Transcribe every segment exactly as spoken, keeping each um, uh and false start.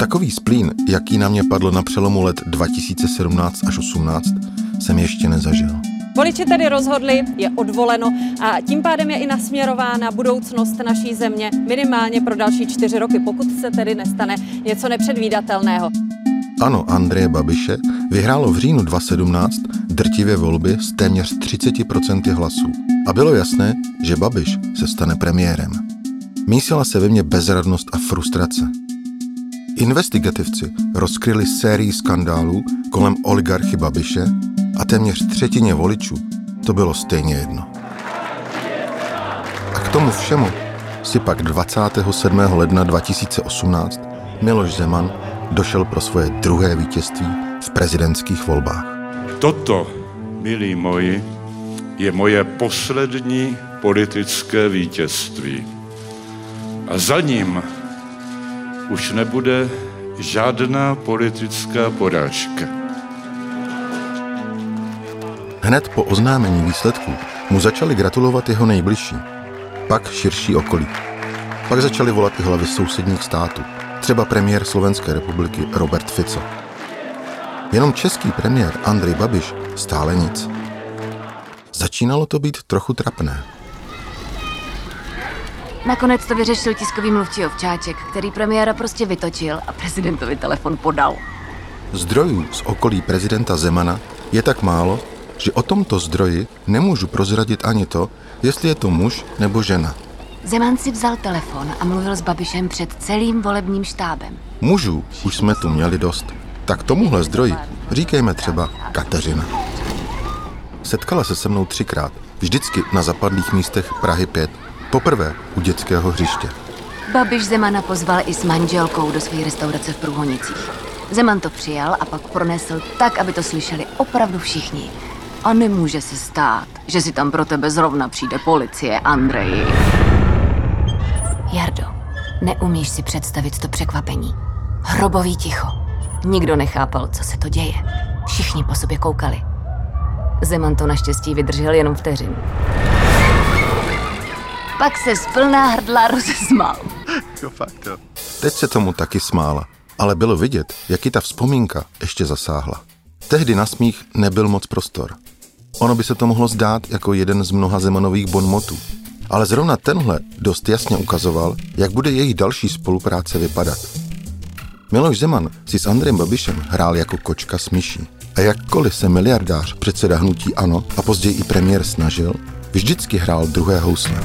Takový splín, jaký na mě padl na přelomu let dva tisíce sedmnáct až osmnáct, jsem ještě nezažil. Voliči tedy rozhodli, je odvoleno a tím pádem je i nasměrována budoucnost naší země minimálně pro další čtyři roky, pokud se tedy nestane něco nepředvídatelného. Ano, Andreje Babiše vyhrálo v říjnu dva tisíce sedmnáct drtivě volby s téměř třicet procent hlasů. A bylo jasné, že Babiš se stane premiérem. Mísila se ve mně bezradnost a frustrace. Investigativci rozkryli sérii skandálů kolem oligarchy Babiše a téměř třetině voličů to bylo stejně jedno. A k tomu všemu si pak dvacátého sedmého ledna dva tisíce osmnáct Miloš Zeman došel pro svoje druhé vítězství v prezidentských volbách. Toto, milí moji, je moje poslední politické vítězství. A za ním už nebude žádná politická porážka. Hned po oznámení výsledků mu začali gratulovat jeho nejbližší, pak širší okolí. Pak začali volat i hlavy sousedních států, třeba premiér Slovenské republiky Robert Fico. Jenom český premiér Andrej Babiš stále nic. Začínalo to být trochu trapné. Nakonec to vyřešil tiskový mluvčí Ovčáček, který premiéra prostě vytočil a prezidentovi telefon podal. Zdrojů z okolí prezidenta Zemana je tak málo, že o tomto zdroji nemůžu prozradit ani to, jestli je to muž nebo žena. Zeman si vzal telefon a mluvil s Babišem před celým volebním štábem. Mužů už jsme tu měli dost. Tak tomuhle zdroji říkejme třeba Kateřina. Setkala se se mnou třikrát, vždycky na zapadlých místech Prahy pět, poprvé u dětského hřiště. Babiš Zemana pozval i s manželkou do své restaurace v Průhonicích. Zeman to přijal a pak pronesl tak, aby to slyšeli opravdu všichni. A nemůže se stát, že si tam pro tebe zrovna přijde policie, Andreji. Jardo, neumíš si představit to překvapení. Hrobový ticho. Nikdo nechápal, co se to děje. Všichni po sobě koukali. Zeman to naštěstí vydržel jenom vteřinu. Pak se z plná hrdla rozesmál. Jo, fakt, jo. Teď se tomu taky smála, ale bylo vidět, jak ji ta vzpomínka ještě zasáhla. Tehdy na smích nebyl moc prostor. Ono by se to mohlo zdát jako jeden z mnoha Zemanových bonmotů. Ale zrovna tenhle dost jasně ukazoval, jak bude jejich další spolupráce vypadat. Miloš Zeman si s Andrejem Babišem hrál jako kočka s myší. A jakkoliv se miliardář, předseda hnutí ANO a později i premiér snažil, vždycky hrál druhé housle.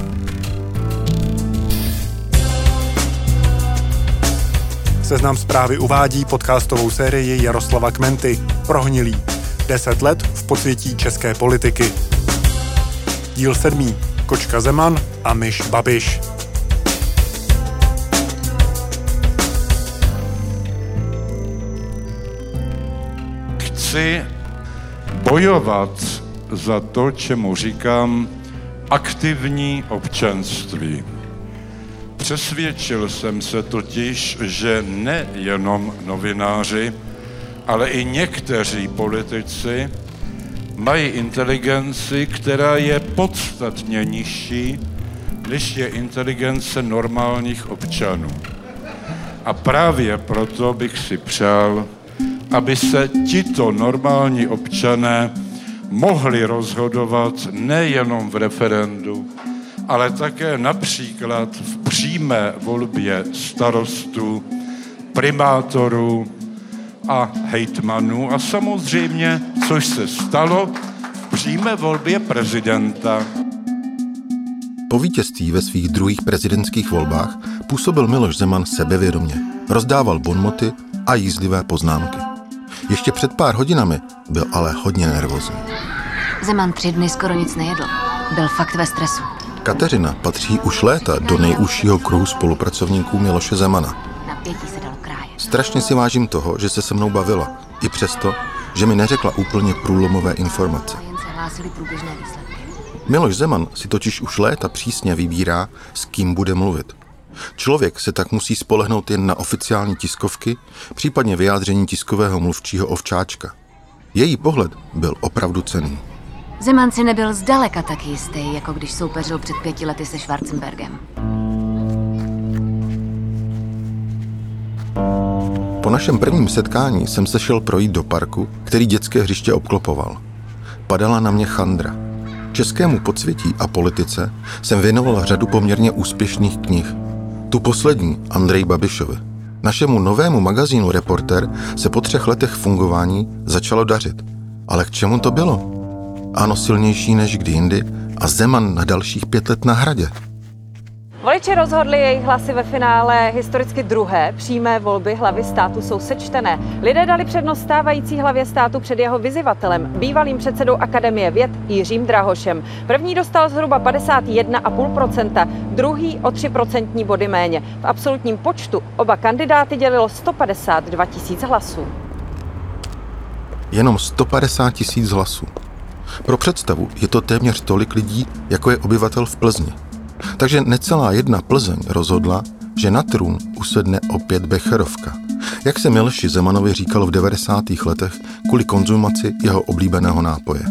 Seznam Zprávy uvádí podcastovou sérii Jaroslava Kmenty Prohnilý. Deset let v podsvětí české politiky. Díl sedmý. Kočka Zeman a myš Babiš. Chci bojovat za to, čemu říkám aktivní občanství. Přesvědčil jsem se totiž, že nejenom novináři, ale i někteří politici mají inteligenci, která je podstatně nižší, než je inteligence normálních občanů. A právě proto bych si přál, aby se tito normální občané mohli rozhodovat nejenom v referendu, ale také například v přímé volbě starostů, primátorů a hejtmanů a samozřejmě, což se stalo, v přímé volbě prezidenta. Po vítězství ve svých druhých prezidentských volbách působil Miloš Zeman sebevědomě. Rozdával bonmoty a jízlivé poznámky. Ještě před pár hodinami byl ale hodně nervózní. Zeman tři dny skoro nic nejedl. Byl fakt ve stresu. Kateřina patří už léta do nejužšího kruhu spolupracovníků Miloše Zemana. Napětí se dalo krájet. Strašně si vážím toho, že se se mnou bavila. I přesto, že mi neřekla úplně průlomové informace. Jen se hlásily průběžné výsledky. Miloš Zeman si totiž už léta přísně vybírá, s kým bude mluvit. Člověk se tak musí spolehnout jen na oficiální tiskovky, případně vyjádření tiskového mluvčího Ovčáčka. Její pohled byl opravdu cenný. Zeman si nebyl zdaleka tak jistý, jako když soupeřil před pěti lety se Schwarzenbergem. Po našem prvním setkání jsem se šel projít do parku, který dětské hřiště obklopoval. Padala na mě chandra. Českému podsvětí a politice jsem věnoval řadu poměrně úspěšných knih. Tu poslední, Andreji Babišovi. Našemu novému magazínu Reportér se po třech letech fungování začalo dařit. Ale k čemu to bylo? Ano, silnější než kdy jindy a Zeman na dalších pět let na Hradě. Voliči rozhodli, jejich hlasy ve finále historicky druhé přímé volby hlavy státu jsou sečtené. Lidé dali přednost stávající hlavě státu před jeho vyzývatelem, bývalým předsedou Akademie věd Jiřím Drahošem. První dostal zhruba padesát jedna celá pět procenta, druhý o tři procentní body méně. V absolutním počtu oba kandidáty dělilo sto padesát dva tisíc hlasů. Jenom sto padesát tisíc hlasů. Pro představu je to téměř tolik lidí, jako je obyvatel v Plzni. Takže necelá jedna Plzeň rozhodla, že na trůn usedne opět Becherovka. Jak se Miloši Zemanovi říkalo v devadesátých letech kvůli konzumaci jeho oblíbeného nápoje.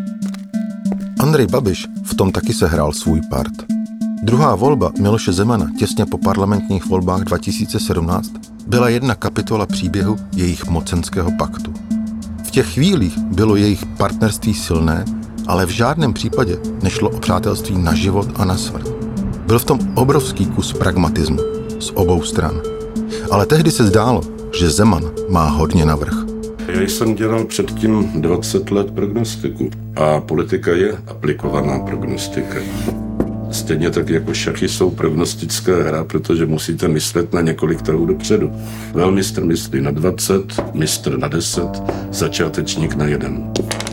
Andrej Babiš v tom taky sehrál svůj part. Druhá volba Miloše Zemana těsně po parlamentních volbách dva tisíce sedmnáct byla jedna kapitola příběhu jejich mocenského paktu. V těch chvílích bylo jejich partnerství silné, ale v žádném případě nešlo o přátelství na život a na smrt. Byl v tom obrovský kus pragmatismu z obou stran. Ale tehdy se zdálo, že Zeman má hodně navrch. Já jsem dělal předtím dvacet let prognostiku a politika je aplikovaná prognostika. Stejně tak jako šachy jsou prognostická hra, protože musíte myslet na několik tahů dopředu. Velmistr myslí na dvacet, mistr na deset, začátečník na jeden.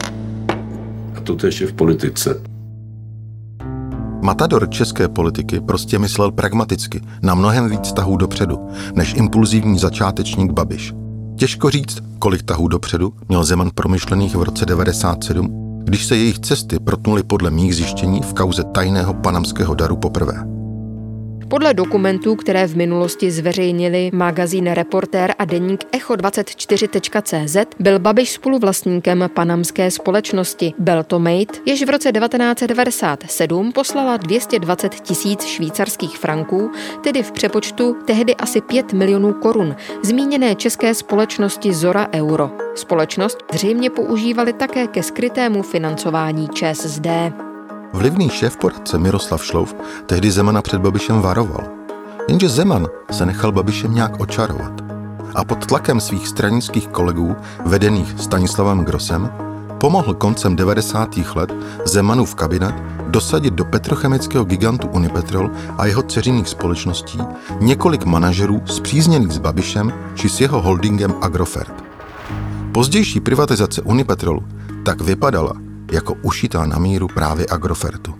A to též je v politice. Matador české politiky prostě myslel pragmaticky na mnohem víc tahů dopředu, než impulzivní začátečník Babiš. Těžko říct, kolik tahů dopředu měl Zeman promyšlených v roce devadesát sedm, když se jejich cesty protnuly podle mých zjištění v kauze tajného panamského daru poprvé. Podle dokumentů, které v minulosti zveřejnili magazín Reportér a deník Echo dvacet čtyři tečka cé zet, byl Babiš spoluvlastníkem panamské společnosti Beltomate, jež v roce devatenáct set devadesát sedm poslala dvě stě dvacet tisíc švýcarských franků, tedy v přepočtu tehdy asi pět milionů korun, zmíněné české společnosti Zora Euro. Společnost zřejmě používali také ke skrytému financování ČSSD. Vlivný šéfporadce Miroslav Šlouf tehdy Zemana před Babišem varoval. Jenže Zeman se nechal Babišem nějak očarovat. A pod tlakem svých stranických kolegů, vedených Stanislavem Grossem, pomohl koncem devadesátých let Zemanův kabinet dosadit do petrochemického gigantu Unipetrol a jeho dceřiných společností několik manažerů spřízněných s Babišem či s jeho holdingem Agrofert. Pozdější privatizace Unipetrolu tak vypadala jako ušitá na míru právě Agrofertu.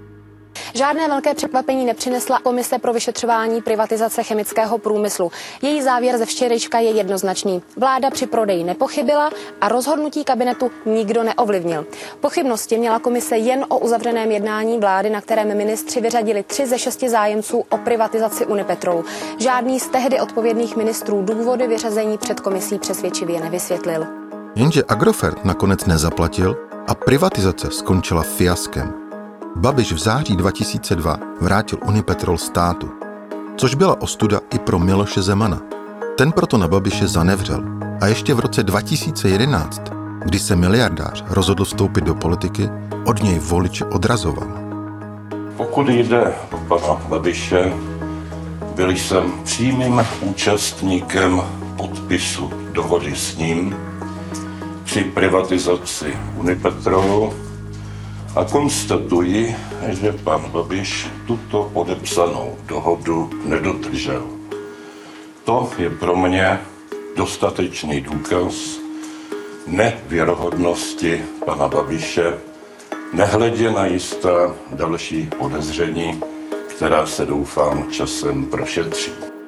Žádné velké překvapení nepřinesla komise pro vyšetřování privatizace chemického průmyslu. Její závěr ze včerejška je jednoznačný. Vláda při prodeji nepochybila a rozhodnutí kabinetu nikdo neovlivnil. Pochybnosti měla komise jen o uzavřeném jednání vlády, na kterém ministři vyřadili tři ze šesti zájemců o privatizaci Unipetrolu. Žádný z tehdy odpovědných ministrů důvody vyřazení před komisí přesvědčivě nevysvětlil. Jenže Agrofert nakonec nezaplatil a privatizace skončila fiaskem. Babiš v září dva tisíce dva vrátil Unipetrol státu, což byla ostuda i pro Miloše Zemana. Ten proto na Babiše zanevřel a ještě v roce dva tisíce jedenáct, kdy se miliardář rozhodl vstoupit do politiky, od něj voliče odrazoval. Pokud jde o pana Babiše, byl jsem přímým účastníkem podpisu dohody s ním při privatizaci Unipetrolu a konstatuji, že pan Babiš tuto podepsanou dohodu nedodržel. To je pro mě dostatečný důkaz nevěrohodnosti pana Babiše, nehledě na jistá další podezření, která se doufám časem prošetří.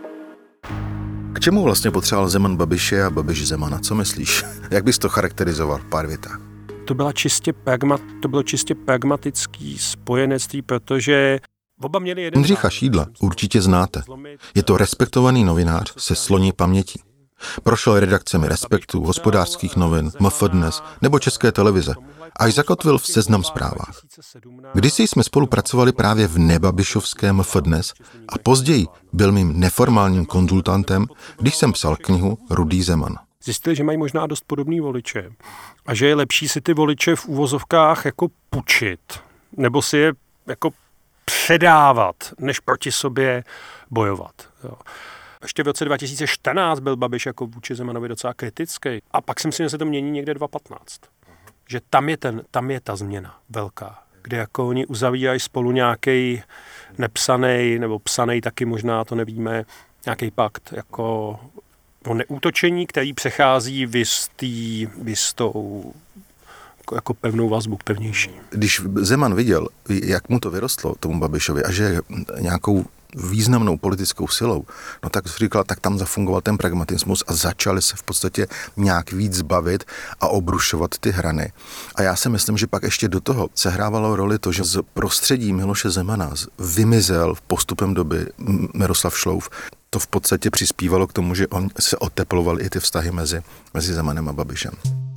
K čemu vlastně potřeboval Zeman Babiše a Babiš Zemana? Co myslíš? Jak bys to charakterizoval v pár větách? To, byla čistě pragma, to bylo čistě pragmatický spojenectví, protože oba měli jeden... Jindřicha Šídla určitě znáte. Je to respektovaný novinář se sloní pamětí. Prošel redakcemi Respektu, Hospodářských novin, M F Dnes nebo České televize, až zakotvil v Seznam Zprávách. Kdysi jsme spolupracovali právě v nebabišovském M F Dnes a později byl mým neformálním konzultantem, když jsem psal knihu Rudý Zeman. Zjistili, že mají možná dost podobný voliče a že je lepší si ty voliče v úvozovkách jako pučit nebo si je jako předávat, než proti sobě bojovat. Jo. Ještě v roce dva tisíce čtrnáct byl Babiš jako vůči Zemanovi docela kritický. A pak si myslím, že se to mění někde dva tisíce patnáct. Že tam je, ten, tam je ta změna velká, kde jako oni uzavírají spolu nějaký nepsaný nebo psaný, taky možná to nevíme, nějaký pakt jako o neútočení, který přechází v, jistý, v jistou jako pevnou vazbu, pevnější. Když Zeman viděl, jak mu to vyrostlo, tomu Babišovi, a že je nějakou významnou politickou silou, no tak říkal, tak tam zafungoval ten pragmatismus a začali se v podstatě nějak víc bavit a obrušovat ty hrany. A já si myslím, že pak ještě do toho sehrávalo roli to, že z prostředí Miloše Zemana vymizel postupem doby Miroslav Šlouf. To v podstatě přispívalo k tomu, že on se oteplovaly i ty vztahy mezi, mezi Zemanem a Babišem.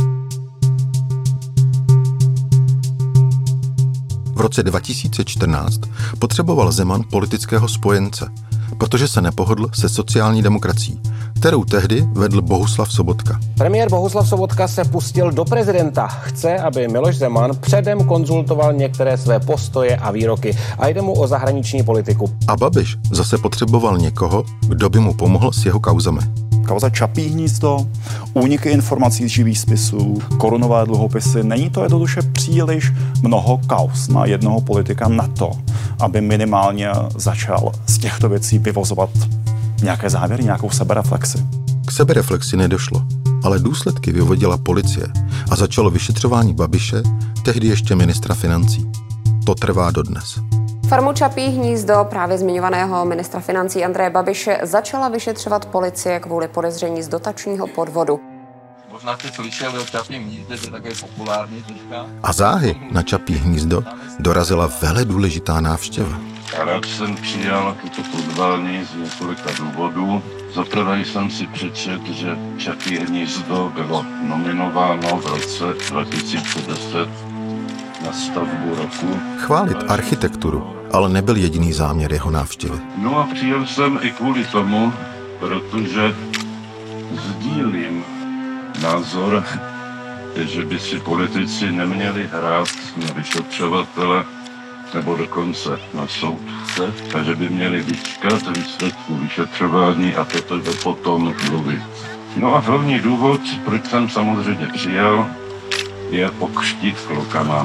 V roce dva tisíce čtrnáct potřeboval Zeman politického spojence, protože se nepohodl se sociální demokracií, kterou tehdy vedl Bohuslav Sobotka. Premiér Bohuslav Sobotka se pustil do prezidenta. Chce, aby Miloš Zeman předem konzultoval některé své postoje a výroky a jde mu o zahraniční politiku. A Babiš zase potřeboval někoho, kdo by mu pomohl s jeho kauzami. Kauza Čapí hnízdo, úniky informací z živých spisů, korunové dluhopisy. Není to jednoduše příliš mnoho kauz na jednoho politika na to, aby minimálně začal z těchto věcí vyvozovat nějaké závěry, nějakou sebereflexi. K sebereflexi nedošlo, ale důsledky vyvodila policie a začalo vyšetřování Babiše, tehdy ještě ministra financí. To trvá dodnes. Farmu Čapí hnízdo právě zmiňovaného ministra financí Andreje Babiše začala vyšetřovat policie kvůli podezření z dotačního podvodu. Možná jste slyšeli o Čapím hnízdě, to je takové populární teďka. A záhy na Čapí hnízdo dorazila vele důležitá návštěva. Rád jsem přijal tuto pozvání z několika důvodů. Za prvé jsem si přečet, že Čapí hnízdo bylo nominováno v roce dva tisíce deset na stavbu roku. Chválit architekturu ale nebyl jediný záměr jeho návštěvy. No a přijel jsem i kvůli tomu, protože sdílím názor, že by si politici neměli hrát na vyšetřovatele nebo dokonce na soudce, a že by měli vyčkat výsledku vyšetřování a teprve potom mluvit. No a hlavní důvod, proč jsem samozřejmě přijel, je pokřtít klokana.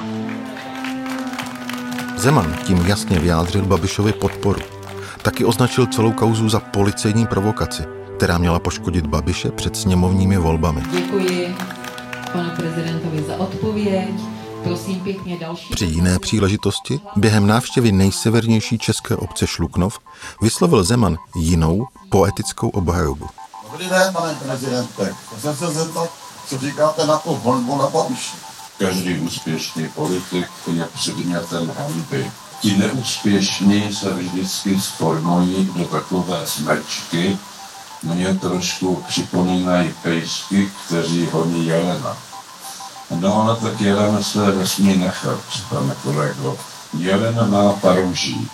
Zeman tím jasně vyjádřil Babišovi podporu. Taky označil celou kauzu za policejní provokaci, která měla poškodit Babiše před sněmovními volbami. Děkuji panu prezidentovi za odpověď. Prosím pěkně další. Při jiné příležitosti, během návštěvy nejsevernější české obce Šluknov, vyslovil Zeman jinou poetickou obhajobu. Dobrý den, pane prezidente. Já jsem se zeptat, co říkáte na to honbu na Babiše. Každý úspěšný politik je předmětem hanby. Ti neúspěšní se vždycky sformují do takové smečky. Mě trošku připomínají pejsky, kteří honí jelena. No ale tak jelena se nesmí nechat, pane kolego. Jelena má parouží.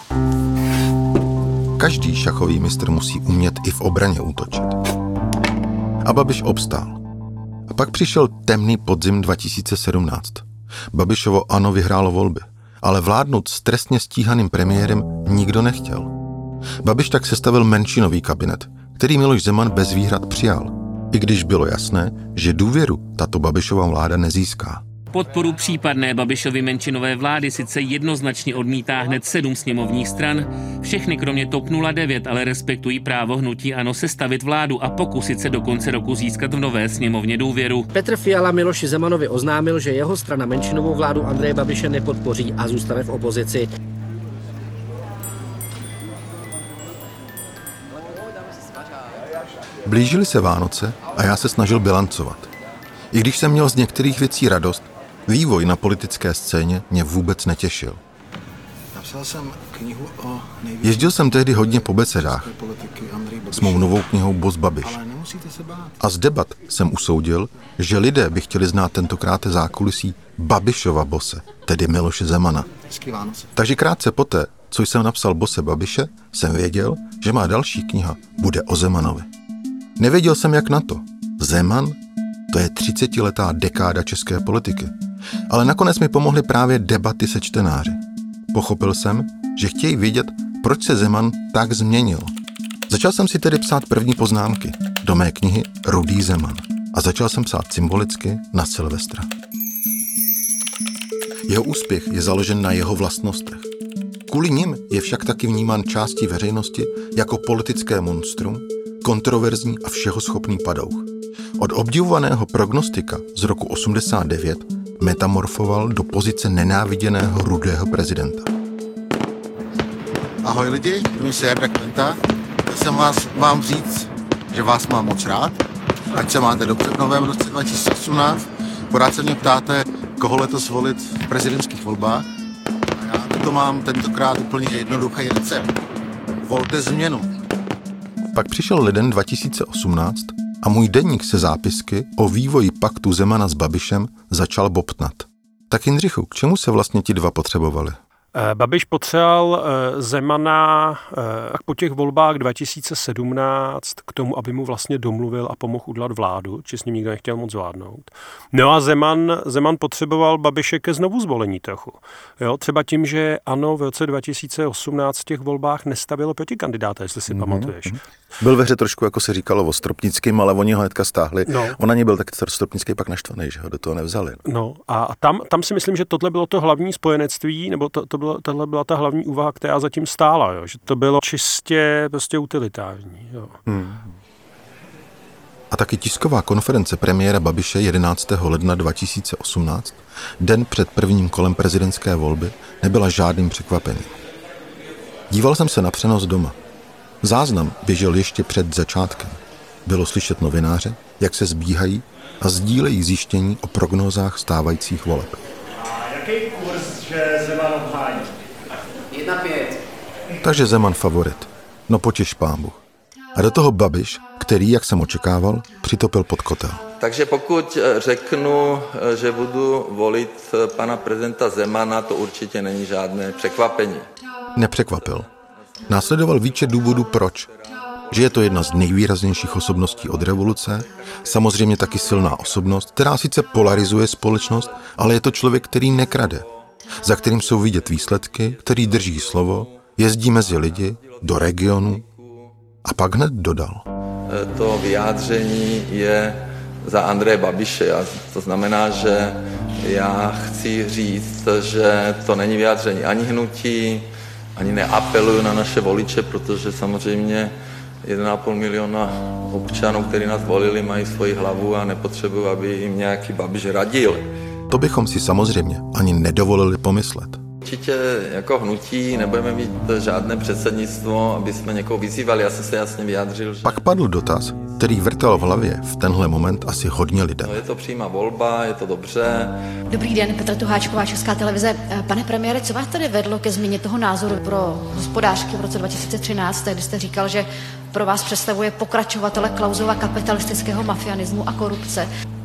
Každý šachový mistr musí umět i v obraně útočit. A Babiš obstál. A pak přišel temný podzim dva tisíce sedmnáct. Babišovo ANO vyhrálo volby, ale vládnout s trestně stíhaným premiérem nikdo nechtěl. Babiš tak sestavil menšinový kabinet, který Miloš Zeman bez výhrad přijal, i když bylo jasné, že důvěru tato Babišova vláda nezíská. Podporu případné Babišovy menšinové vlády sice jednoznačně odmítá hned sedm sněmovních stran. Všechny kromě TOP nula devět ale respektují právo hnutí ANO sestavit vládu a pokusit se do konce roku získat v nové sněmovně důvěru. Petr Fiala Miloši Zemanovi oznámil, že jeho strana menšinovou vládu Andreje Babiše nepodpoří a zůstane v opozici. Blížily se Vánoce a já se snažil bilancovat. I když jsem měl z některých věcí radost, vývoj na politické scéně mě vůbec netěšil. Napsal jsem knihu o Jezdil jsem tehdy hodně po besedách s mou novou knihou Boss Babiš Nemusíte se bát. A z debat jsem usoudil, že lidé by chtěli znát tentokrát zákulisí Babišova bose, tedy Miloše Zemana. Takže krátce poté, co jsem napsal bose Babiše, jsem věděl, že má další kniha bude o Zemanovi. Nevěděl jsem, jak na to. Zeman? To je třicetiletá dekáda české politiky. Ale nakonec mi pomohly právě debaty se čtenáři. Pochopil jsem, že chtějí vědět, proč se Zeman tak změnil. Začal jsem si tedy psát první poznámky do mé knihy Rudý Zeman. A začal jsem psát symbolicky na Silvestra. Jeho úspěch je založen na jeho vlastnostech. Kvůli nim je však taky vnímán částí veřejnosti jako politické monstrum, kontroverzní a všeho schopný padouch. Od obdivovaného prognostika z roku osmdesát devět metamorfoval do pozice nenáviděného rudého prezidenta. Ahoj lidi, jmenuji se Jarda Klenta. Chtěl jsem vás, vám říct, že vás mám moc rád. Ať se máte dobře v novém roce dva tisíce osmnáct. Pořád se mě ptáte, koho letos volit v prezidentských volbách. A já to mám tentokrát úplně jednoduchý recept. Volte změnu. Pak přišel leden dva tisíce osmnáct a můj deník se zápisky o vývoji paktu Zemana s Babišem začal bobtnat. Tak Jindřichu, k čemu se vlastně ti dva potřebovali? Babiš potřeboval Zemana po těch volbách dva tisíce sedmnáct k tomu, aby mu vlastně domluvil a pomohl udělat vládu, či s ním nikdo nechtěl moc zvládnout. No a Zeman, Zeman potřeboval Babiše ke znovu zvolení trochu. Jo, třeba tím, že ANO v roce dva tisíce osmnáct v těch volbách nestavilo proti kandidáta, jestli si mm-hmm. pamatuješ. Byl ve hře trošku, jako se říkalo, o Stropnickým, ale oni ho hnedka stáhli. No. On na ně byl tak Stropnický pak naštvaný, že ho do toho nevzali. No a tam, tam si myslím, že tohle bylo to hlavní spojenectví, nebo to, to bylo, tohle byla ta hlavní úvaha, která zatím stála, jo? Že to bylo čistě prostě utilitární. Jo. Hmm. A taky tisková konference premiéra Babiše jedenáctého ledna dva tisíce osmnáct, den před prvním kolem prezidentské volby, nebyla žádným překvapením. Díval jsem se na přenos doma. Záznam běžel ještě před začátkem. Bylo slyšet novináře, jak se zbíhají a sdílejí zjištění o prognózách stávajících voleb. A jaký kurz, že Zeman obhájí? jedna pět. Takže Zeman favorit. No potěš pánbůh. A do toho Babiš, který, jak jsem očekával, přitopil pod kotel. Takže pokud řeknu, že budu volit pana prezidenta Zemana, to určitě není žádné překvapení. Nepřekvapil. Následoval výčet důvodů proč. Že je to jedna z nejvýraznějších osobností od revoluce, samozřejmě taky silná osobnost, která sice polarizuje společnost, ale je to člověk, který nekrade, za kterým jsou vidět výsledky, který drží slovo, jezdí mezi lidi, do regionu a pak hned dodal. To vyjádření je za Andreje Babiše, a to znamená, že já chci říct, že to není vyjádření ani hnutí, ani neapeluju na naše voliče, protože samozřejmě jedna a půl miliona občanů, kteří nás volili, mají svoji hlavu a nepotřebují, aby jim nějaký Babiš radil. To bychom si samozřejmě ani nedovolili pomyslet. Určitě jako hnutí nebudeme mít žádné předsednictvo, aby jsme někoho vyzývali. Já jsem se jasně vyjádřil, že... Pak padl dotaz, který vrtal v hlavě v tenhle moment asi hodně lidem. No, je to přímá volba, je to dobře. Dobrý den, Petra Tuháčková, Česká televize. Pane premiére, co vás tady vedlo ke změně toho názoru pro hospodářky v roce dva tisíce třináct, kdy jste říkal, že pro vás představuje pokračovatele Klausova kapitalistického mafianismu a korupce?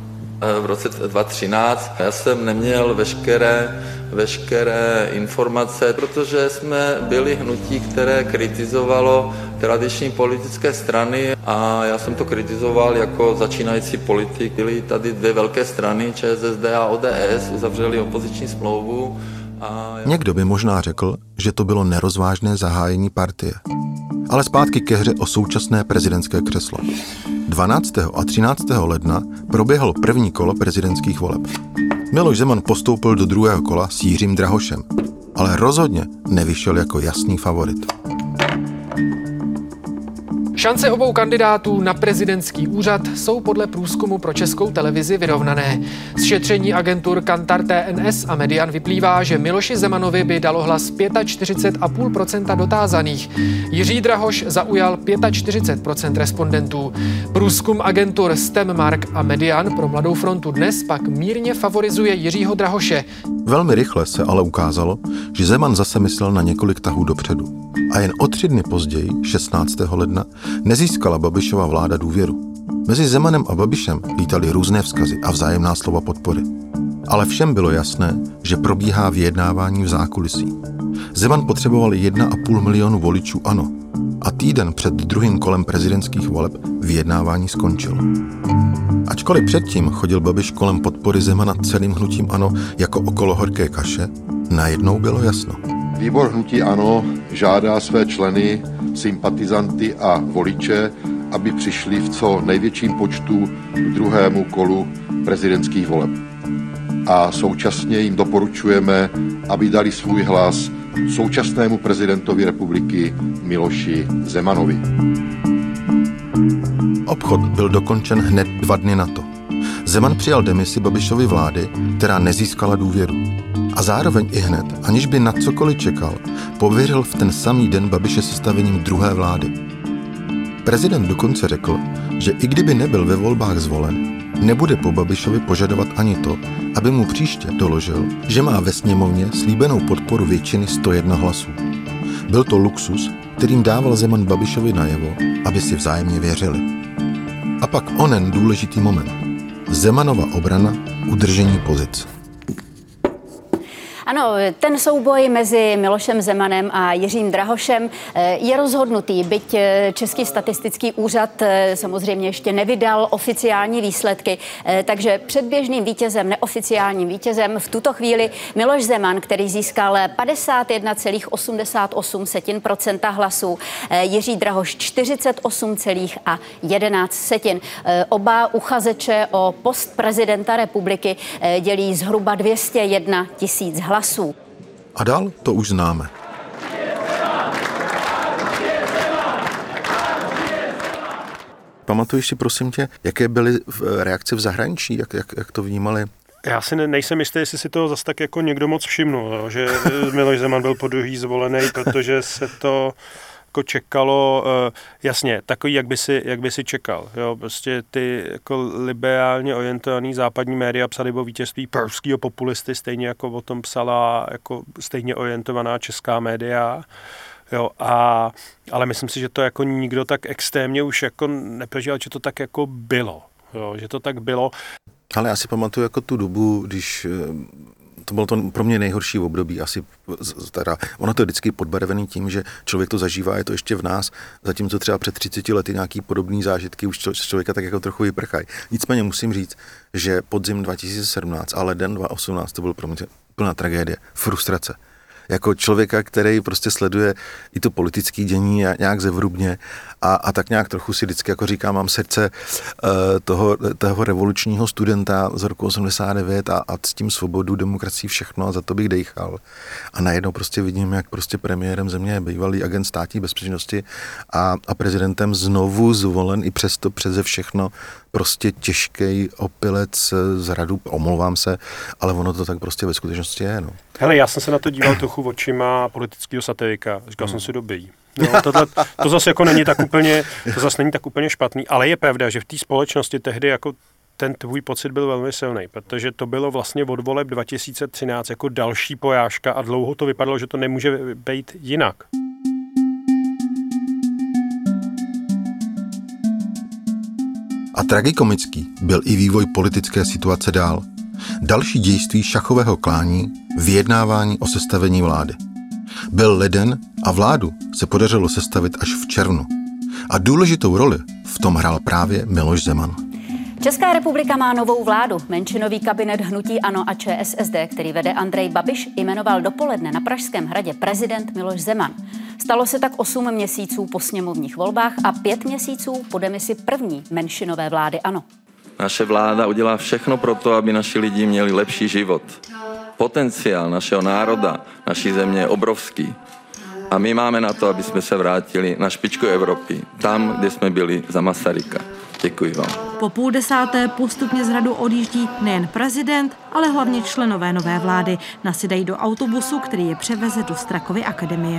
V roce dva tisíce třináct já jsem neměl veškeré, veškeré informace, protože jsme byli hnutí, které kritizovalo tradiční politické strany a já jsem to kritizoval jako začínající politik. Byly tady dvě velké strany, ČSSD a O D S, uzavřeli opoziční smlouvu. A... Někdo by možná řekl, že to bylo nerozvážné zahájení partie. Ale zpátky ke hře o současné prezidentské křeslo. dvanáctého a třináctého ledna proběhlo první kolo prezidentských voleb. Miloš Zeman postoupil do druhého kola s Jiřím Drahošem, ale rozhodně nevyšel jako jasný favorit. Šance obou kandidátů na prezidentský úřad jsou podle průzkumu pro Českou televizi vyrovnané. Z šetření agentur Kantar, T N S a Median vyplývá, že Miloši Zemanovi by dalo hlas čtyřicet pět celá pět procenta dotázaných. Jiří Drahoš zaujal čtyřicet pět procent respondentů. Průzkum agentur Stemmark a Median pro Mladou frontu Dnes pak mírně favorizuje Jiřího Drahoše. Velmi rychle se ale ukázalo, že Zeman zase myslel na několik tahů dopředu. A jen o tři dny později, šestnáctého ledna, nezískala Babišova vláda důvěru. Mezi Zemanem a Babišem lítaly různé vzkazy a vzájemná slova podpory. Ale všem bylo jasné, že probíhá vyjednávání v zákulisí. Zeman potřeboval jedna a půl milionu voličů ANO a týden před druhým kolem prezidentských voleb vyjednávání skončilo. Ačkoliv předtím chodil Babiš kolem podpory Zemana celým hnutím ANO jako okolo horké kaše, najednou bylo jasno. Výbor hnutí ANO žádá své členy, sympatizanty a voliče, aby přišli v co největším počtu k druhému kolu prezidentských voleb. A současně jim doporučujeme, aby dali svůj hlas současnému prezidentovi republiky Miloši Zemanovi. Obchod byl dokončen hned dva dny na to. Zeman přijal demisi Babišovy vlády, která nezískala důvěru. A zároveň i hned, aniž by na cokoliv čekal, pověřil v ten samý den Babiše sestavením druhé vlády. Prezident dokonce řekl, že i kdyby nebyl ve volbách zvolen, nebude po Babišovi požadovat ani to, aby mu příště doložil, že má ve sněmovně slíbenou podporu většiny sto jedna hlasů. Byl to luxus, kterým dával Zeman Babišovi najevo, aby si vzájemně věřili. A pak onen důležitý moment. Zemanova obrana, udržení pozic. Ano, ten souboj mezi Milošem Zemanem a Jiřím Drahošem je rozhodnutý, byť Český statistický úřad samozřejmě ještě nevydal oficiální výsledky, takže předběžným vítězem, neoficiálním vítězem v tuto chvíli Miloš Zeman, který získal padesát jedna celá osmdesát osm procenta hlasů, Jiří Drahoš čtyřicet osm celá jedenáct setin. Oba uchazeče o post prezidenta republiky dělí zhruba dvě stě jedna tisíc hlasů. A dál to už známe. Pamatuješ si, prosím tě, jaké byly reakce v zahraničí, jak, jak, jak to vnímali? Já si ne, nejsem jistý, jestli si to zase tak jako někdo moc všimnul, jo, že Miloš Zeman byl podruhý zvolený, protože se to jako čekalo, jasně, takový, jak by si, jak by si čekal. Jo, prostě ty jako liberálně orientovaný západní média psali o vítězství prorského populisty, stejně jako o tom psala jako stejně orientovaná česká média. Jo, a, ale myslím si, že to jako nikdo tak extrémně už jako neprožil, že to tak jako bylo. Jo, že to tak bylo. Ale já si pamatuju jako tu dobu, když to bylo to pro mě nejhorší období asi, teda, ono to je vždycky podbarvený tím, že člověk to zažívá, je to ještě v nás, zatímco třeba před třiceti lety nějaký podobný zážitky už člověka tak jako trochu vyprchají. Nicméně musím říct, že podzim dva tisíce sedmnáct a leden dva tisíce osmnáct to byl pro mě plná tragédie, frustrace. Jako člověka, který prostě sleduje i to politické dění nějak zevrubně a, a tak nějak trochu si vždycky jako říkám, mám srdce uh, toho, toho revolučního studenta z roku osmdesát devět a, a s tím svobodu, demokracii, všechno a za to bych dejchal. A najednou prostě vidím, jak prostě premiérem země je bývalý agent státní bezpečnosti a, a prezidentem znovu zvolen i přesto přeze všechno prostě těžký opilec z Hradu, omlouvám se, ale ono to tak prostě ve skutečnosti je, no. Hele, já jsem se na to díval trochu očima politického satirika, říkal hmm. jsem si dobrý. No, tohle, to zase jako není tak úplně, to zase není tak úplně špatný, ale je pravda, že v té společnosti tehdy jako ten tvůj pocit byl velmi silný, protože to bylo vlastně od voleb dva tisíce třináct jako další porážka a dlouho to vypadalo, že to nemůže být jinak. A tragikomický byl i vývoj politické situace dál. Další dějství šachového klání, vyjednávání o sestavení vlády. Byl leden a vládu se podařilo sestavit až v červnu. A důležitou roli v tom hrál právě Miloš Zeman. Česká republika má novou vládu. Menšinový kabinet hnutí ANO a ČSSD, který vede Andrej Babiš, jmenoval dopoledne na Pražském hradě prezident Miloš Zeman. Stalo se tak osm měsíců po sněmovních volbách a pět měsíců po demisi první menšinové vlády ANO. Naše vláda udělá všechno pro to, aby naši lidi měli lepší život. Potenciál našeho národa, naší země je obrovský. A my máme na to, aby jsme se vrátili na špičku Evropy, tam, kde jsme byli za Masaryka. Děkuji vám. Po půl desáté postupně z hradu odjíždí nejen prezident, ale hlavně členové nové vlády. Nasedají do autobusu, který je převeze do Strakovy akademie.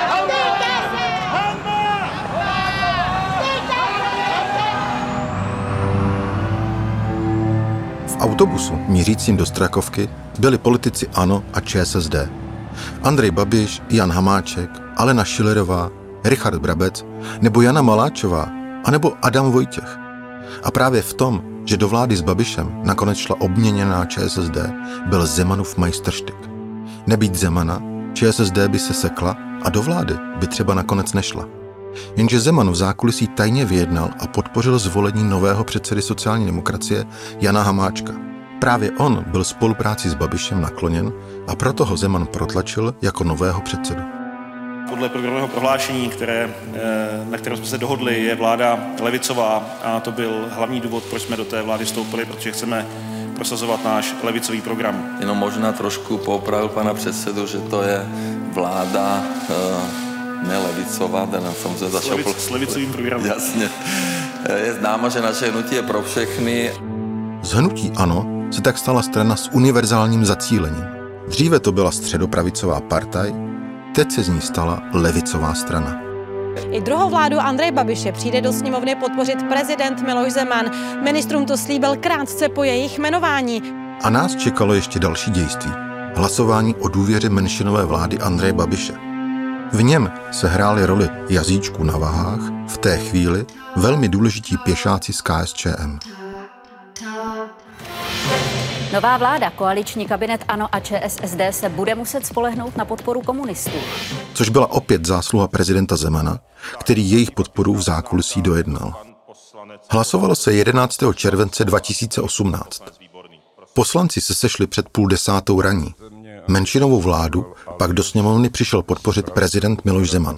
V autobusu mířícím do Strakovky byli politici ANO a ČSSD. Andrej Babiš, Jan Hamáček, Alena Schillerová, Richard Brabec nebo Jana Maláčová, anebo Adam Vojtěch. A právě v tom, že do vlády s Babišem nakonec šla obměněná ČSSD, byl Zemanův majstrštyk. Nebýt Zemana, ČSSD by se sekla a do vlády by třeba nakonec nešla. Jenže Zeman v zákulisí tajně vyjednal a podpořil zvolení nového předsedy sociální demokracie Jana Hamáčka. Právě on byl spolupráci s Babišem nakloněn a proto ho Zeman protlačil jako nového předsedu. Podle programového prohlášení, které, na kterém jsme se dohodli, je vláda levicová a to byl hlavní důvod, proč jsme do té vlády vstoupili, protože chceme prosazovat náš levicový program. Jenom možná trošku popravil pana předsedu, že to je vláda uh, nelevicová, ten jsem se zašel. S levicovým programem. Jasně. Je známo, že naše hnutí je pro všechny. Z hnutí ANO se tak stala strana s univerzálním zacílením. Dříve to byla středopravicová partaj, teď se z ní stala levicová strana. I druhou vládu Andreje Babiše přijde do sněmovny podpořit prezident Miloš Zeman. Ministrům to slíbil krátce po jejich jmenování. A nás čekalo ještě další dějství. Hlasování o důvěře menšinové vlády Andreje Babiše. V něm se hrály roli jazyčků na vahách, v té chvíli velmi důležití pěšáci z K S Č M. Nová vláda, koaliční kabinet ANO a Č S S D se bude muset spolehnout na podporu komunistů. Což byla opět zásluha prezidenta Zemana, který jejich podporu v zákulisí dojednal. Hlasovalo se jedenáctého července dva tisíce osmnáct. Poslanci se sešli před půl desátou raní. Menšinovou vládu pak do sněmovny přišel podpořit prezident Miloš Zeman.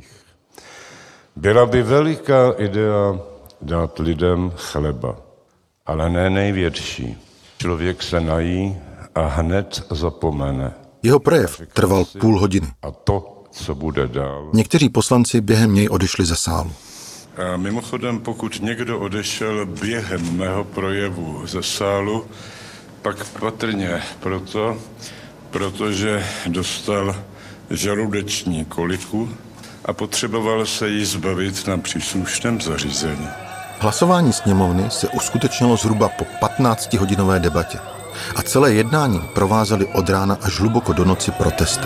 Byla by veliká idea dát lidem chleba, ale ne největší. Člověk se nají a hned zapomene. Jeho projev trval půl hodiny. A to, co bude dál. Někteří poslanci během něj odešli ze sálu. A mimochodem, pokud někdo odešel během mého projevu ze sálu, pak patrně proto, protože dostal žaludeční koliku a potřeboval se jí zbavit na příslušném zařízení. Hlasování sněmovny se uskutečnilo zhruba po patnáctihodinové debatě a celé jednání provázely od rána až hluboko do noci protesty.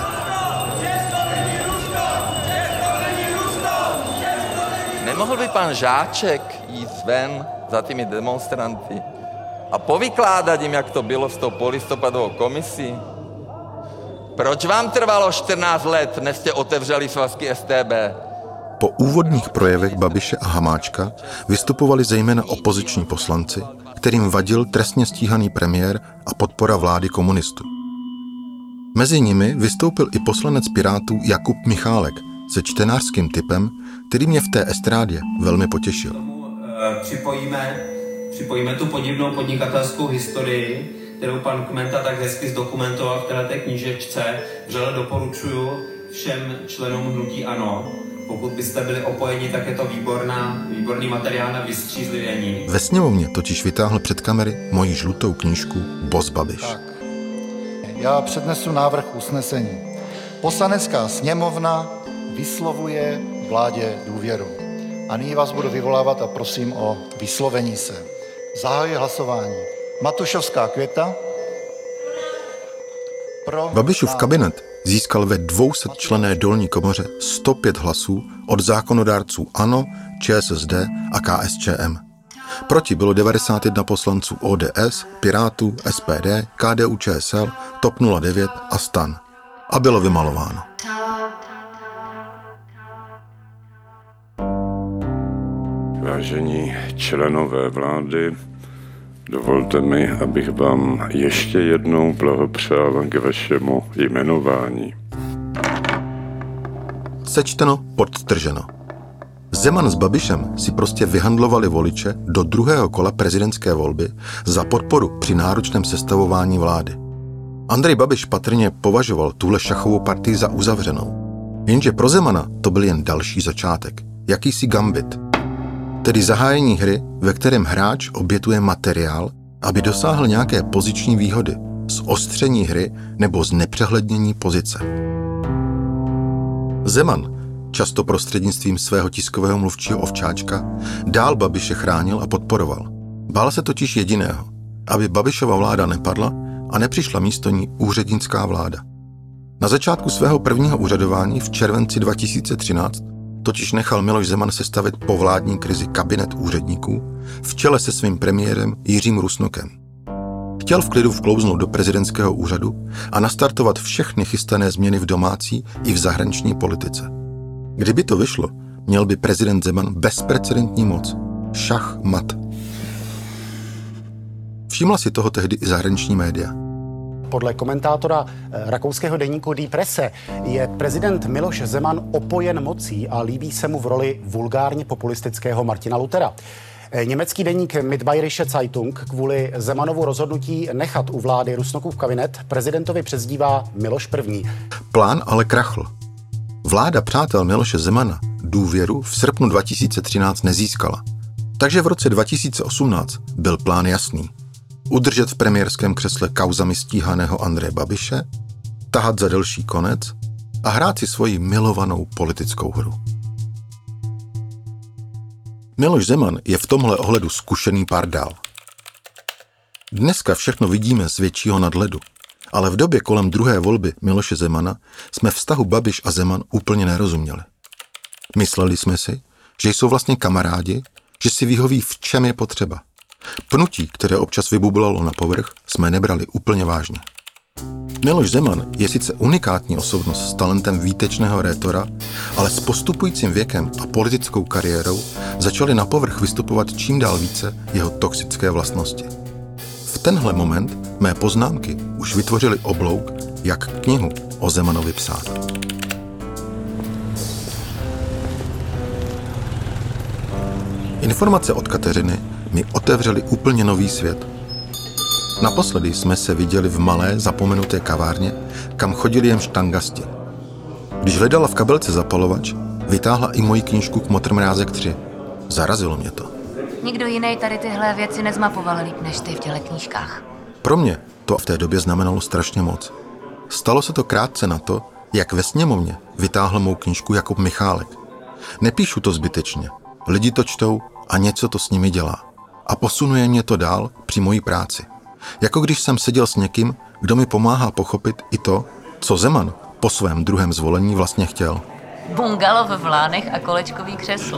Nemohl by pan Žáček jít ven za těmi demonstranty a povykládat jim, jak to bylo s tou polistopadovou komisí? Proč vám trvalo čtrnáct let, než jste otevřeli svazky S T B? Po úvodních projevech Babiše a Hamáčka vystupovali zejména opoziční poslanci, kterým vadil trestně stíhaný premiér a podpora vlády komunistů. Mezi nimi vystoupil i poslanec Pirátů Jakub Michálek se čtenářským typem, který mě v té estrádě velmi potěšil. Připojíme, připojíme tu podivnou podnikatelskou historii, kterou pan Kmenta tak hezky zdokumentoval v této knížečce. Vřele doporučuji všem členům hnutí ANO. Pokud byste byli opojeni, tak je to výborná, výborný materiál na vystřízlivění. Ve sněmovně totiž vytáhl před kamery moji žlutou knížku Boss Babiš. Tak. Já přednesu návrh usnesení. Poslanecká sněmovna vyslovuje vládě důvěru. A nyní vás budu vyvolávat a prosím o vyslovení se. Zahajuji hlasování. Matušovská Květa. Pro. Babišův kabinet získal ve dvousetčlenné dolní komoře sto pět hlasů od zákonodárců ANO, Č S S D a K S Č M. Proti bylo devadesát jedna poslanců O D S, Pirátů, S P D, K D U Č S L, TOP nula devět a STAN. A bylo vymalováno. Vážení členové vlády, dovolte mi, abych vám ještě jednou blahopřál k vašemu jmenování. Sečteno, podtrženo. Zeman s Babišem si prostě vyhandlovali voliče do druhého kola prezidentské volby za podporu při náročném sestavování vlády. Andrej Babiš patrně považoval tuhle šachovou partii za uzavřenou. Jenže pro Zemana to byl jen další začátek, jakýsi gambit. Tedy zahájení hry, ve kterém hráč obětuje materiál, aby dosáhl nějaké poziční výhody, zostření hry nebo znepřehlednění pozice. Zeman, často prostřednictvím svého tiskového mluvčího Ovčáčka, dál Babiše chránil a podporoval. Bál se totiž jediného, aby Babišova vláda nepadla a nepřišla místo ní úřednická vláda. Na začátku svého prvního úřadování v červenci dva tisíce třináct totiž nechal Miloš Zeman sestavit po vládní krizi kabinet úředníků v čele se svým premiérem Jiřím Rusnokem. Chtěl v klidu vklouznout do prezidentského úřadu a nastartovat všechny chystané změny v domácí i v zahraniční politice. Kdyby to vyšlo, měl by prezident Zeman bezprecedentní moc. Šach mat. Všimla si toho tehdy i zahraniční média. Podle komentátora rakouského deníku Die Presse je prezident Miloš Zeman opojen mocí a líbí se mu v roli vulgárně populistického Martina Luthera. Německý deník Mitbayerische Zeitung kvůli Zemanovu rozhodnutí nechat u vlády Rusnokův kabinet prezidentovi přezdívá Miloš první. Plán ale krachl. Vláda přátel Miloše Zemana důvěru v srpnu dva tisíce třináct nezískala. Takže v roce dva tisíce osmnáct byl plán jasný. Udržet v premiérském křesle kauzami stíhaného Andreje Babiše, tahat za delší konec a hrát si svoji milovanou politickou hru. Miloš Zeman je v tomhle ohledu zkušený pardál. Dneska všechno vidíme z většího nadhledu, ale v době kolem druhé volby Miloše Zemana jsme vztahu Babiš a Zeman úplně nerozuměli. Mysleli jsme si, že jsou vlastně kamarádi, že si vyhoví v čem je potřeba. Pnutí, které občas vybublalo na povrch, jsme nebrali úplně vážně. Miloš Zeman je sice unikátní osobnost s talentem výtečného rétora, ale s postupujícím věkem a politickou kariérou začaly na povrch vystupovat čím dál více jeho toxické vlastnosti. V tenhle moment mé poznámky už vytvořily oblouk, jak knihu o Zemanovi psát. Informace od Kateřiny mi otevřely úplně nový svět. Naposledy jsme se viděli v malé, zapomenuté kavárně, kam chodili jen štangasti. Když hledala v kabelce zapalovač, vytáhla i moji knížku Kmotr mrázek tři. Zarazilo mě to. Nikdo jiný tady tyhle věci nezmapoval líp než ty v těle knížkách. Pro mě to v té době znamenalo strašně moc. Stalo se to krátce na to, jak ve sněmovně vytáhl mou knížku Jakub Michálek. Nepíšu to zbytečně. Lidi to čtou a něco to s nimi dělá. A posunuje mě to dál při mojí práci. Jako když jsem seděl s někým, kdo mi pomáhá pochopit i to, co Zeman po svém druhém zvolení vlastně chtěl. Bungalow v Lánech a kolečkový křeslo.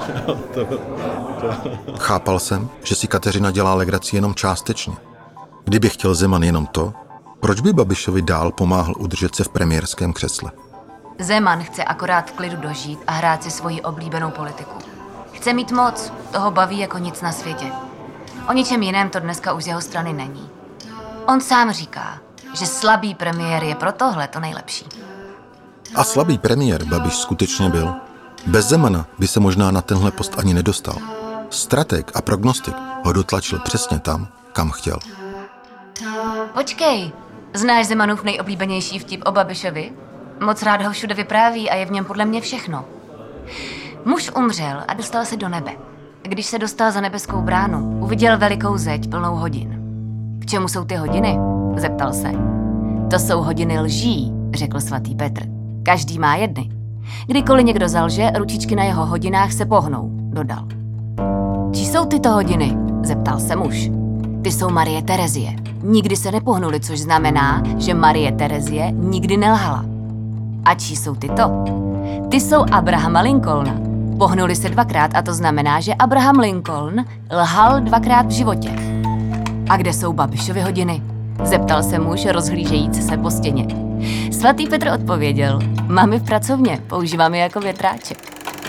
Chápal jsem, že si Kateřina dělá legraci jenom částečně. Kdyby chtěl Zeman jenom to, proč by Babišovi dál pomáhal udržet se v premiérském křesle? Zeman chce akorát v klidu dožít a hrát si svoji oblíbenou politiku. Chce mít moc, toho baví jako nic na světě. O ničem jiném to dneska už z jeho strany není. On sám říká, že slabý premiér je pro tohle to nejlepší. A slabý premiér Babiš skutečně byl. Bez Zemana by se možná na tenhle post ani nedostal. Strateg a prognostik ho dotlačil přesně tam, kam chtěl. Počkej, znáš Zemanův nejoblíbenější vtip o Babišovi? Moc rád ho všude vypráví a je v něm podle mě všechno. Muž umřel a dostal se do nebe. Když se dostal za nebeskou bránu, uviděl velikou zeď plnou hodin. K čemu jsou ty hodiny? Zeptal se. To jsou hodiny lží, řekl svatý Petr. Každý má jedny. Kdykoliv někdo zalže, ručičky na jeho hodinách se pohnou, dodal. Čí jsou tyto hodiny? Zeptal se muž. Ty jsou Marie Terezie. Nikdy se nepohnuly, což znamená, že Marie Terezie nikdy nelhala. A čí jsou tyto? Ty jsou Abrahama Lincolna. Pohnuli se dvakrát a to znamená, že Abraham Lincoln lhal dvakrát v životě. A kde jsou Babišovy hodiny? Zeptal se muž, rozhlížejíc se po stěně. Svatý Petr odpověděl, mám je v pracovně, používám je jako větráček.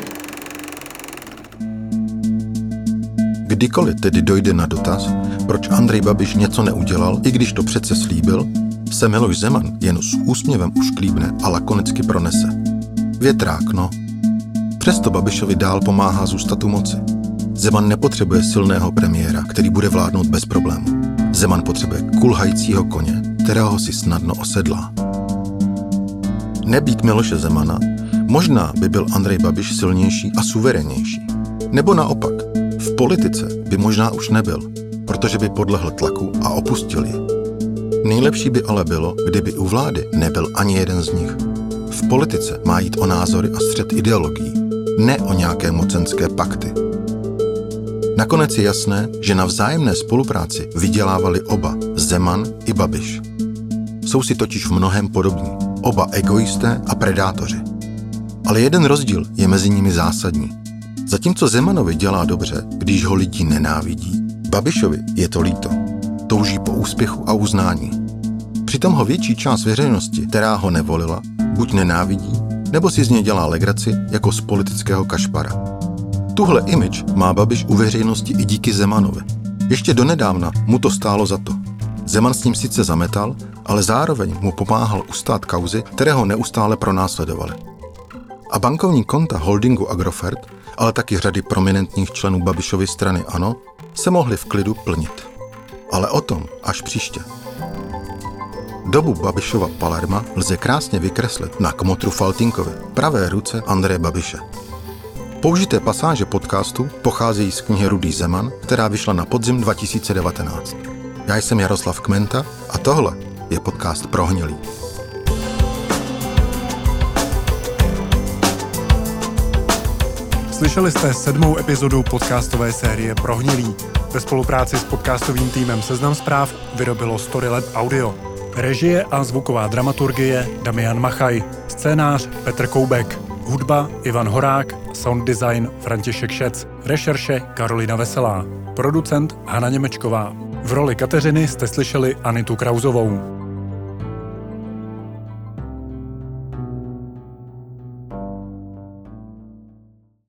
Kdykoliv tedy dojde na dotaz, proč Andrej Babiš něco neudělal, i když to přece slíbil, se Miloš Zeman jen s úsměvem ušklíbne a lakonicky pronese. Větrák, no. Přesto Babišovi dál pomáhá zůstat u moci. Zeman nepotřebuje silného premiéra, který bude vládnout bez problémů. Zeman potřebuje kulhajícího koně, kterého si snadno osedlá. Nebýt Miloše Zemana, možná by byl Andrej Babiš silnější a suverénnější. Nebo naopak, v politice by možná už nebyl, protože by podlehl tlaku a opustil ji. Nejlepší by ale bylo, kdyby u vlády nebyl ani jeden z nich. V politice má jít o názory a střet ideologií, ne o nějaké mocenské pakty. Nakonec je jasné, že na vzájemné spolupráci vydělávali oba, Zeman i Babiš. Jsou si totiž v mnohém podobní, oba egoisté a predátoři. Ale jeden rozdíl je mezi nimi zásadní. Zatímco Zemanovi dělá dobře, když ho lidi nenávidí, Babišovi je to líto. Touží po úspěchu a uznání. Přitom ho větší část veřejnosti, která ho nevolila, buď nenávidí, nebo si z něj dělá legraci jako z politického kašpara. Tuhle image má Babiš u veřejnosti i díky Zemanovi. Ještě donedávna mu to stálo za to. Zeman s ním sice zametal, ale zároveň mu pomáhal ustát kauzy, které ho neustále pronásledovaly. A bankovní konta holdingu Agrofert, ale taky řady prominentních členů Babišovy strany ANO, se mohly v klidu plnit. Ale o tom až příště. Dobu Babišova Palerma lze krásně vykreslit na kmotru Faltýnkovi, pravé ruce Andreje Babiše. Použité pasáže podcastu pocházejí z knihy Rudý Zeman, která vyšla na podzim dva tisíce devatenáct. Já jsem Jaroslav Kmenta a tohle je podcast Prohnilý. Slyšeli jste sedmou epizodu podcastové série Prohnilý. Ve spolupráci s podcastovým týmem Seznam Zpráv vyrobilo Storylab Audio. Režie a zvuková dramaturgie Damian Machaj. Scénář Petr Koubek. Hudba Ivan Horák. Sound design František Šec. Rešerše Karolina Veselá. Producent Hana Němečková. V roli Kateřiny jste slyšeli Anitu Krauzovou.